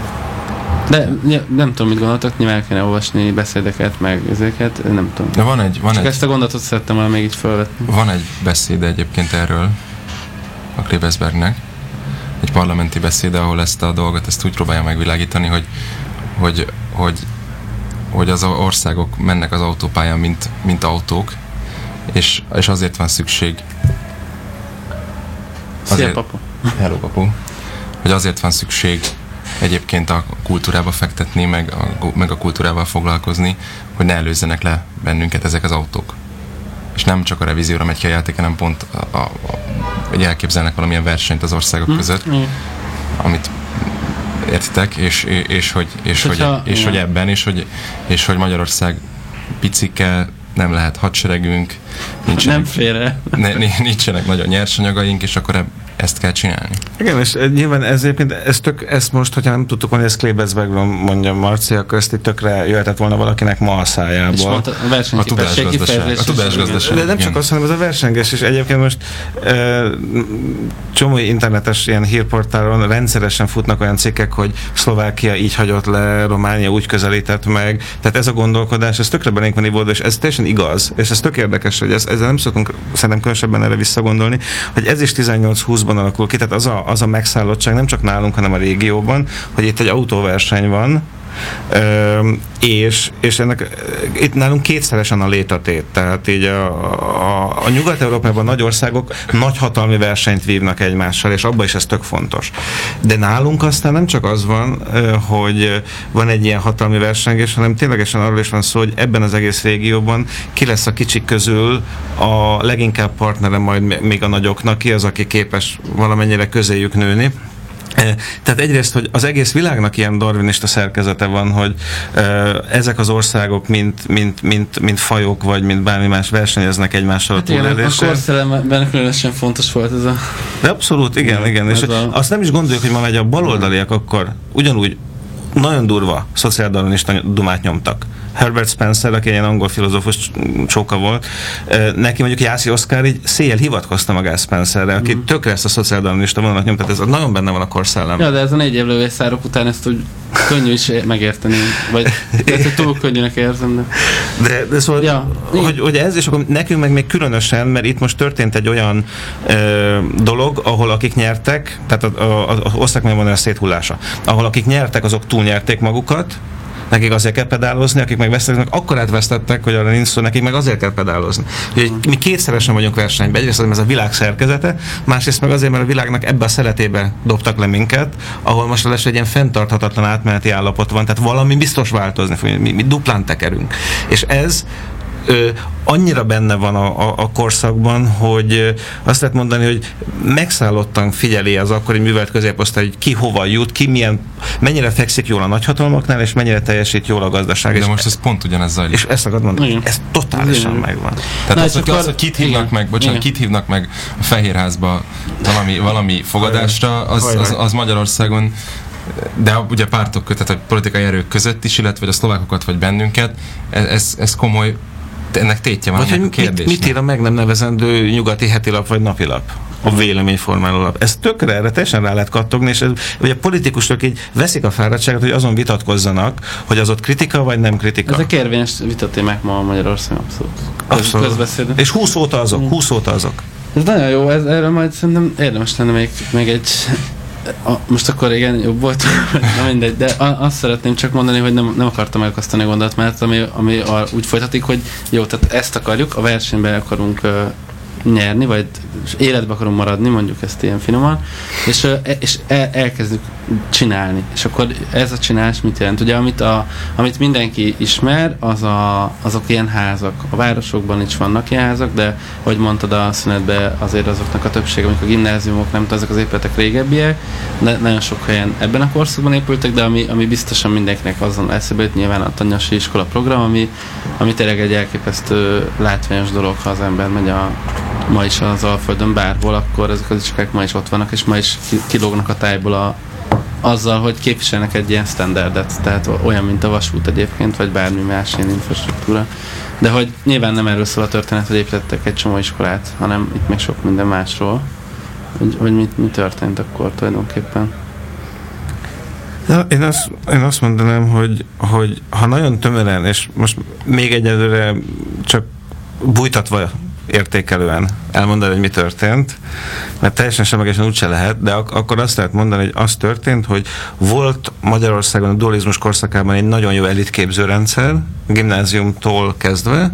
De ja, nem tudom, mit gondoltak, nyilván kéne olvasni beszédeket, meg ezeket, nem tudom. De van egy... Van csak egy, ezt a gondolatot szerettem volna még így felvetni. Van egy beszéde egyébként erről a Klebersbergnek, egy parlamenti beszéde, ahol ezt a dolgot ezt úgy próbálja megvilágítani, hogy, hogy, hogy, hogy az országok mennek az autópályán, mint, mint autók, és, és azért van szükség azért, Szia, papu! Hello, papu! Hogy azért van szükség egyébként a kultúrába fektetni, meg a, meg a kultúrával foglalkozni, hogy ne előzzenek le bennünket ezek az autók. És nem csak a revízióra megy ki a játék, hanem pont a, a, a, hogy elképzelnek valamilyen versenyt az országok hmm. között, hmm. amit értitek, és, és, és, hogy, és, hogy, és hogy ebben, és hogy, és hogy Magyarország picike, nem lehet hadseregünk, nincsenek, nem félre. Ne, nincsenek nagyon nyersanyagaink, és akkor ezt kell csinálni. Igen, és nyilván ez egyébként, ez tök, ezt most, hogyha nem tudtuk volna, hogy ezt Klebersbergről mondja Marci, akkor ezt itt tökre jöhetett volna valakinek ma a szájából. És volt a versenyképesség kifejezés. A tudásgazdaság. De nem csak azt, hanem ez a versengés, és egyébként most e, csomó internetes ilyen hírportálon rendszeresen futnak olyan cikkek, hogy Szlovákia így hagyott le, Románia úgy közelített meg. Tehát ez a gondolkodás, ez tökre belénk van ivódva, és ez teljesen igaz, és ez tök érdekes, hogy ez, ezzel nem szoktunk szerintem különösebben erre visszagondolni, hogy ez is tizennyolc húszban alakul ki, tehát az a, az a megszállottság nem csak nálunk, hanem a régióban, hogy itt egy autóverseny van, Ö, és, és ennek itt nálunk kétszeresen a létatét, tehát így a, a, a Nyugat-Európában nagy országok nagy hatalmi versenyt vívnak egymással, és abban is ez tök fontos. De nálunk aztán nem csak az van, hogy van egy ilyen hatalmi versengés, hanem ténylegesen arról is van szó, hogy ebben az egész régióban ki lesz a kicsik közül a leginkább partnere majd még a nagyoknak, ki az, aki képes valamennyire közéjük nőni. Tehát egyrészt, hogy az egész világnak ilyen darwinista szerkezete van, hogy ezek az országok mint, mint, mint, mint fajok, vagy mint bármi más versenyeznek egymással hát a túlélésre. A korszellemben különösen fontos volt ez a... De abszolút, igen, igen. És a... azt nem is gondoljuk, hogy ma megy a baloldaliak, akkor ugyanúgy nagyon durva szociáldarwinista dumát nyomtak. Herbert Spencer, aki ilyen angol filozófus csóka volt, neki mondjuk Jászi Oszkár így széjjel hivatkozta magát Spencerre, aki mm. tökre ezt a szociáldarwinista vonalat nyom, tehát ez nagyon benne van a korszellem. Ja, de ez a négy évlő szárok után ezt úgy könnyű is megérteni, vagy ezt túl könnyűnek érzem, de... De, de szóval, ja, hogy, hogy ez, és akkor nekünk meg még különösen, mert itt most történt egy olyan ö, dolog, ahol akik nyertek, tehát az osztrák megmondani a széthullása, ahol akik nyertek, azok túlnyerték magukat, nekik azért kell pedálozni, akik meg vesztettek, akkor átvesztettek, hogy arra nincs szó, nekik meg azért kell pedálozni. Úgyhogy mi kétszeresen vagyunk versenyben. Egyrészt ez a világ szerkezete, másrészt meg azért, mert a világnak ebbe a szeletébe dobtak le minket, ahol most lesz egy ilyen fenntarthatatlan átmeneti állapot van, tehát valami biztos változni fog, mi, mi duplán tekerünk. És ez Ö, annyira benne van a, a, a korszakban, hogy ö, azt lehet mondani, hogy megszállottan figyeli az akkori művelt középosztály, hogy ki hova jut, ki milyen, mennyire fekszik jól a nagyhatalmaknál, és mennyire teljesít jól a gazdaság. De és most ez pont ugyanez zajlik. És ezt akarod mondani, igen. ez totálisan igen. megvan. Tehát Na, az, hogy, az, hogy kit hívnak igen. meg, bocsánat, igen. kit hívnak meg a Fehérházba valami, valami fogadásra, az, az, az Magyarországon, de ugye pártok, tehát a politikai erők között is, illetve a szlovákokat vagy bennünket, ez, ez komoly, ennek tétje van, ennek a kérdésnek. Mit, mit ír a meg nem nevezendő nyugati hetilap vagy napilap? A véleményformáló lap. Ez tökre erre teljesen rá lehet kattogni, és ez, ugye a politikusok így veszik a fáradtságot, hogy azon vitatkozzanak, hogy az ott kritika vagy nem kritika. Ezek érvényes vitatémák ma Magyarországon, abszolút. Abszolút. Közbeszéd. És húsz óta azok, húsz óta azok. Ez nagyon jó, ez, erről majd szerintem érdemes lenne még, még egy... A, most akkor igen, jobb volt, na mindegy, de a, azt szeretném csak mondani, hogy nem, nem akartam megakasztani a gondolatot, mert ami, ami a, úgy folytatik, hogy jó, tehát ezt akarjuk, a versenyben akarunk uh, nyerni, vagy életbe akarunk maradni, mondjuk ezt ilyen finoman, és, uh, és el, elkezdjük csinálni. És akkor ez a csinálás mit jelent? Ugye, amit, a, amit mindenki ismer, az a, azok ilyen házak. A városokban is vannak ilyen házak, de, hogy mondtad a szünetben, azért azoknak a többsége, amikor a gimnáziumok, nem tudom, ezek az épületek régebbiek, de nagyon sok helyen ebben a korszakban épültek, de ami, ami biztosan mindenkinek azon eszébe jut, nyilván a Tanyasi iskola program, ami, ami tényleg egy elképesztő látványos dolog, ha az ember megy a, ma is az Alföldön bárhol, akkor ezek az iskolák ma is ott vannak, és ma is kilógnak a tájból a azzal, hogy képviselnek egy ilyen standardet, tehát olyan, mint a vasút egyébként, vagy bármi más ilyen infrastruktúra. De hogy nyilván nem erről szól a történet, hogy építettek egy csomó iskolát, hanem itt még sok minden másról, hogy, hogy mi, mi történt akkor tulajdonképpen. Ja, én, azt, én azt mondanám, hogy, hogy ha nagyon tömören, és most még egyelőre csak bújtatva értékelően elmondani, hogy mi történt, mert teljesen semlegesen úgyse lehet, de ak- akkor azt lehet mondani, hogy az történt, hogy volt Magyarországon a dualizmus korszakában egy nagyon jó elitképzőrendszer, gimnáziumtól kezdve,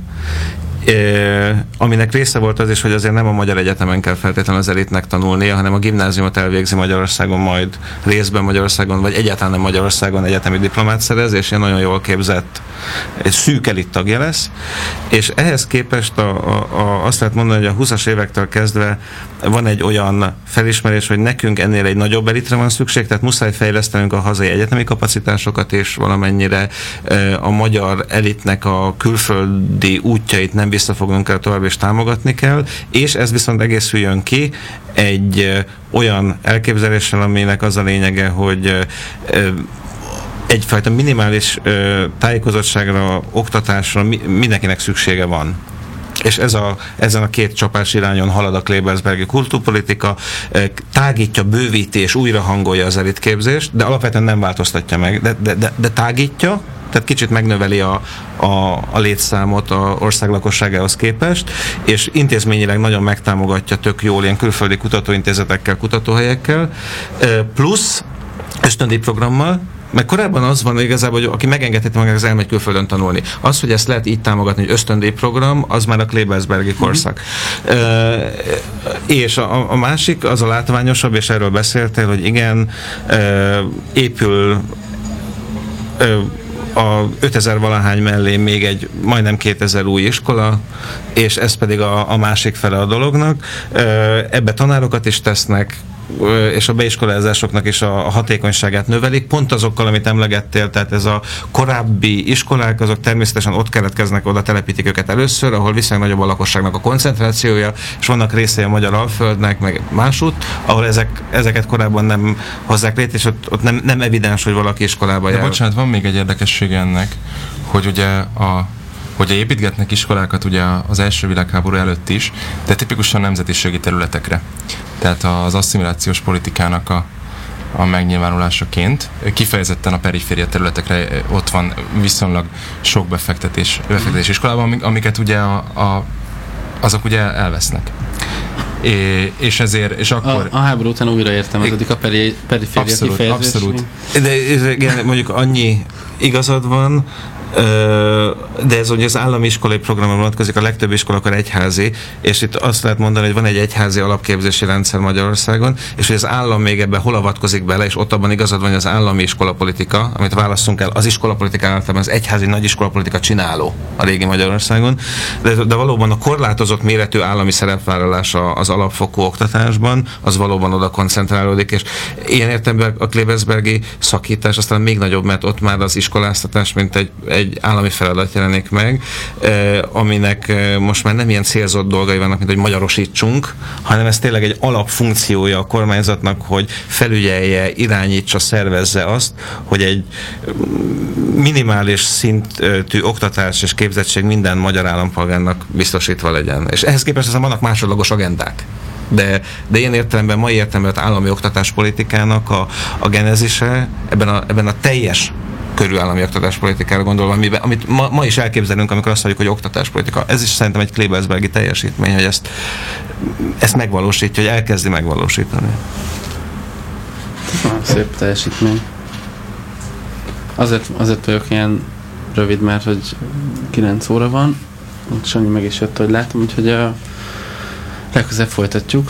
Eh, aminek része volt az is, hogy azért nem a magyar egyetemen kell feltétlenül az elitnek tanulnia, hanem a gimnáziumot elvégzi Magyarországon, majd részben Magyarországon, vagy egyáltalán nem Magyarországon egyetemi diplomát szerez, és ilyen nagyon jól képzett, egy szűk elit tagja lesz. És ehhez képest a, a, a, azt lehet mondani, hogy a húszas évektől kezdve van egy olyan felismerés, hogy nekünk ennél egy nagyobb elitre van szükség, tehát muszáj fejlesztenünk a hazai egyetemi kapacitásokat, és valamennyire eh, a magyar elitnek a külföldi útjait nem visszafognunk kell tovább, és támogatni kell, és ez viszont egészüljön ki egy ö, olyan elképzeléssel, aminek az a lényege, hogy ö, egyfajta minimális ö, tájékozottságra, oktatásra mi, mindenkinek szüksége van. És ez a, ezen a két csapás irányon halad a Klebersbergi kultúrpolitika, tágítja, bővíti és újra hangolja az elitképzést, de alapvetően nem változtatja meg, de, de, de, de tágítja, tehát kicsit megnöveli a, a, a létszámot a ország lakosságához képest, és intézményileg nagyon megtámogatja tök jól ilyen külföldi kutatóintézetekkel, kutatóhelyekkel, plusz ösztöndíjprogrammal, mert korábban az van igazából, hogy aki megengedheti magának, az elmegy külföldön tanulni. Az, hogy ezt lehet így támogatni, hogy ösztöndíjprogram, az már a Klebersbergi korszak. Mm-hmm. E, és a, a másik, az a látványosabb, és erről beszéltél, hogy igen, e, épül e, a ötezer valahány mellé még egy majdnem kétezer új iskola, és ez pedig a, a másik fele a dolognak. Ebbe tanárokat is tesznek, és a beiskolázásoknak is a hatékonyságát növelik, pont azokkal, amit emlegettél, tehát ez a korábbi iskolák, azok természetesen ott keletkeznek, oda telepítik őket először, ahol viszonylag nagyobb a lakosságnak a koncentrációja, és vannak részei a magyar Alföldnek, meg másút, ahol ezek, ezeket korábban nem hozzák létre, és ott, ott nem, nem evidens, hogy valaki iskolába jár. De bocsánat, van még egy érdekessége ennek, hogy ugye a hogy építgetnek iskolákat ugye az első világháború előtt is, de tipikusan nemzetiségi területekre. Tehát az asszimilációs politikának a, a megnyilvánulásaként kifejezetten a periféria területekre ott van viszonylag sok befektetés, befektetés iskolában, amiket ugye a, a, azok ugye elvesznek. É, és ezért, és akkor... A, a háború után újra értelmeződik a peri, periféria abszolút, kifejezés. Abszolút. De igen, mondjuk annyi igazad van, de ez ugye az állami iskolai programra vonatkozik, a legtöbb iskola akkor egyházi, és itt azt lehet mondani, hogy van egy egyházi alapképzési rendszer Magyarországon, és hogy az állam még ebben hol avatkozik bele, és ott abban igazad van, hogy az állami iskolapolitika, amit választunk el, az iskolapolitika általában az egyházi nagy iskolapolitika csináló a régi Magyarországon, de, de valóban a korlátozott méretű állami szerepvállalása az alapfokú oktatásban, az valóban oda koncentrálódik, és ilyen értelemben a Klebersbergi szakítás aztán még nagyobb, mert ott már az iskoláztatás, mint egy egy állami feladat jelenik meg, eh, aminek eh, most már nem ilyen célzott dolgai vannak, mint hogy magyarosítsunk, hanem ez tényleg egy alapfunkciója a kormányzatnak, hogy felügyelje, irányítsa, szervezze azt, hogy egy minimális szintű oktatás és képzettség minden magyar állampolgárnak biztosítva legyen. És ehhez képest aztán vannak másodlagos agendák. De, de ilyen értelemben, mai értelemben az állami oktatáspolitikának a, a genezise ebben a, ebben a teljes körülállami oktatáspolitikára gondolva, amiben, amit ma, ma is elképzelünk, amikor azt mondjuk, hogy oktatáspolitika. Ez is szerintem egy Klebersbergi teljesítmény, hogy ezt, ezt megvalósítja, hogy elkezdi megvalósítani. Szép teljesítmény. Azért, azért vagyok ilyen rövid, mert hogy kilenc óra van, Sanyi meg is jött, hogy látom, úgyhogy a legközelebb folytatjuk.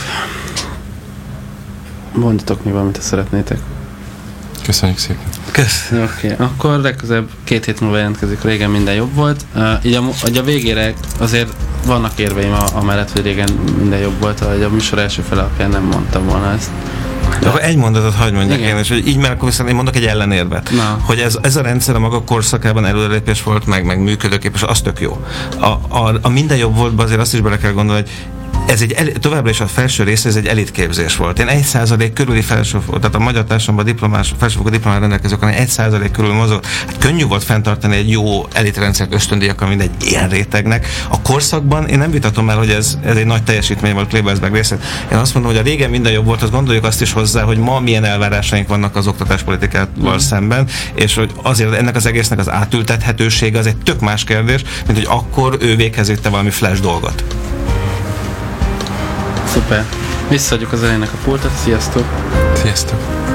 Mondjatok még valamit, ha szeretnétek. Köszönjük szépen. Köszönöm. Oké, okay. Akkor legközelebb két hét múlva jelentkezik, régen minden jobb volt. Uh, így, a, így a végére azért vannak érveim a, amellett, hogy régen minden jobb volt, hogy a műsor első fel alapján nem mondtam volna ezt. De akkor egy mondatot hadd mondjak én, és hogy így már akkor viszont én mondok egy ellenérvet. Na. Hogy ez, ez a rendszer a maga korszakában előrelépés volt, meg, meg működőképes, az tök jó. A, a, a minden jobb voltban azért azt is bele kell gondolni, hogy ez egy el, továbbra is a felső része, ez egy elitképzés volt. Én egy százalék körüli felső, tehát a magyar társadalomban diplomás, felsőfokú diplomán rendelkezők, hanem egy százalék körül mozog. Hát könnyű volt fenntartani egy jó elitrendszert ösztöndíjakkal mindegy ilyen rétegnek. A korszakban én nem vitatom el, hogy ez, ez egy nagy teljesítmény volt Klebersberg részén. Én azt mondom, hogy a régen minden jobb volt, azt gondoljuk azt is hozzá, hogy ma milyen elvárásaink vannak az oktatáspolitikával mm. szemben, és hogy azért ennek az egésznek az átültethetősége az egy tök más kérdés, mint hogy akkor ő véghez vitte valami flash dolgot. Szuper. Visszaadjuk az elének a pultot. Sziasztok! Sziasztok!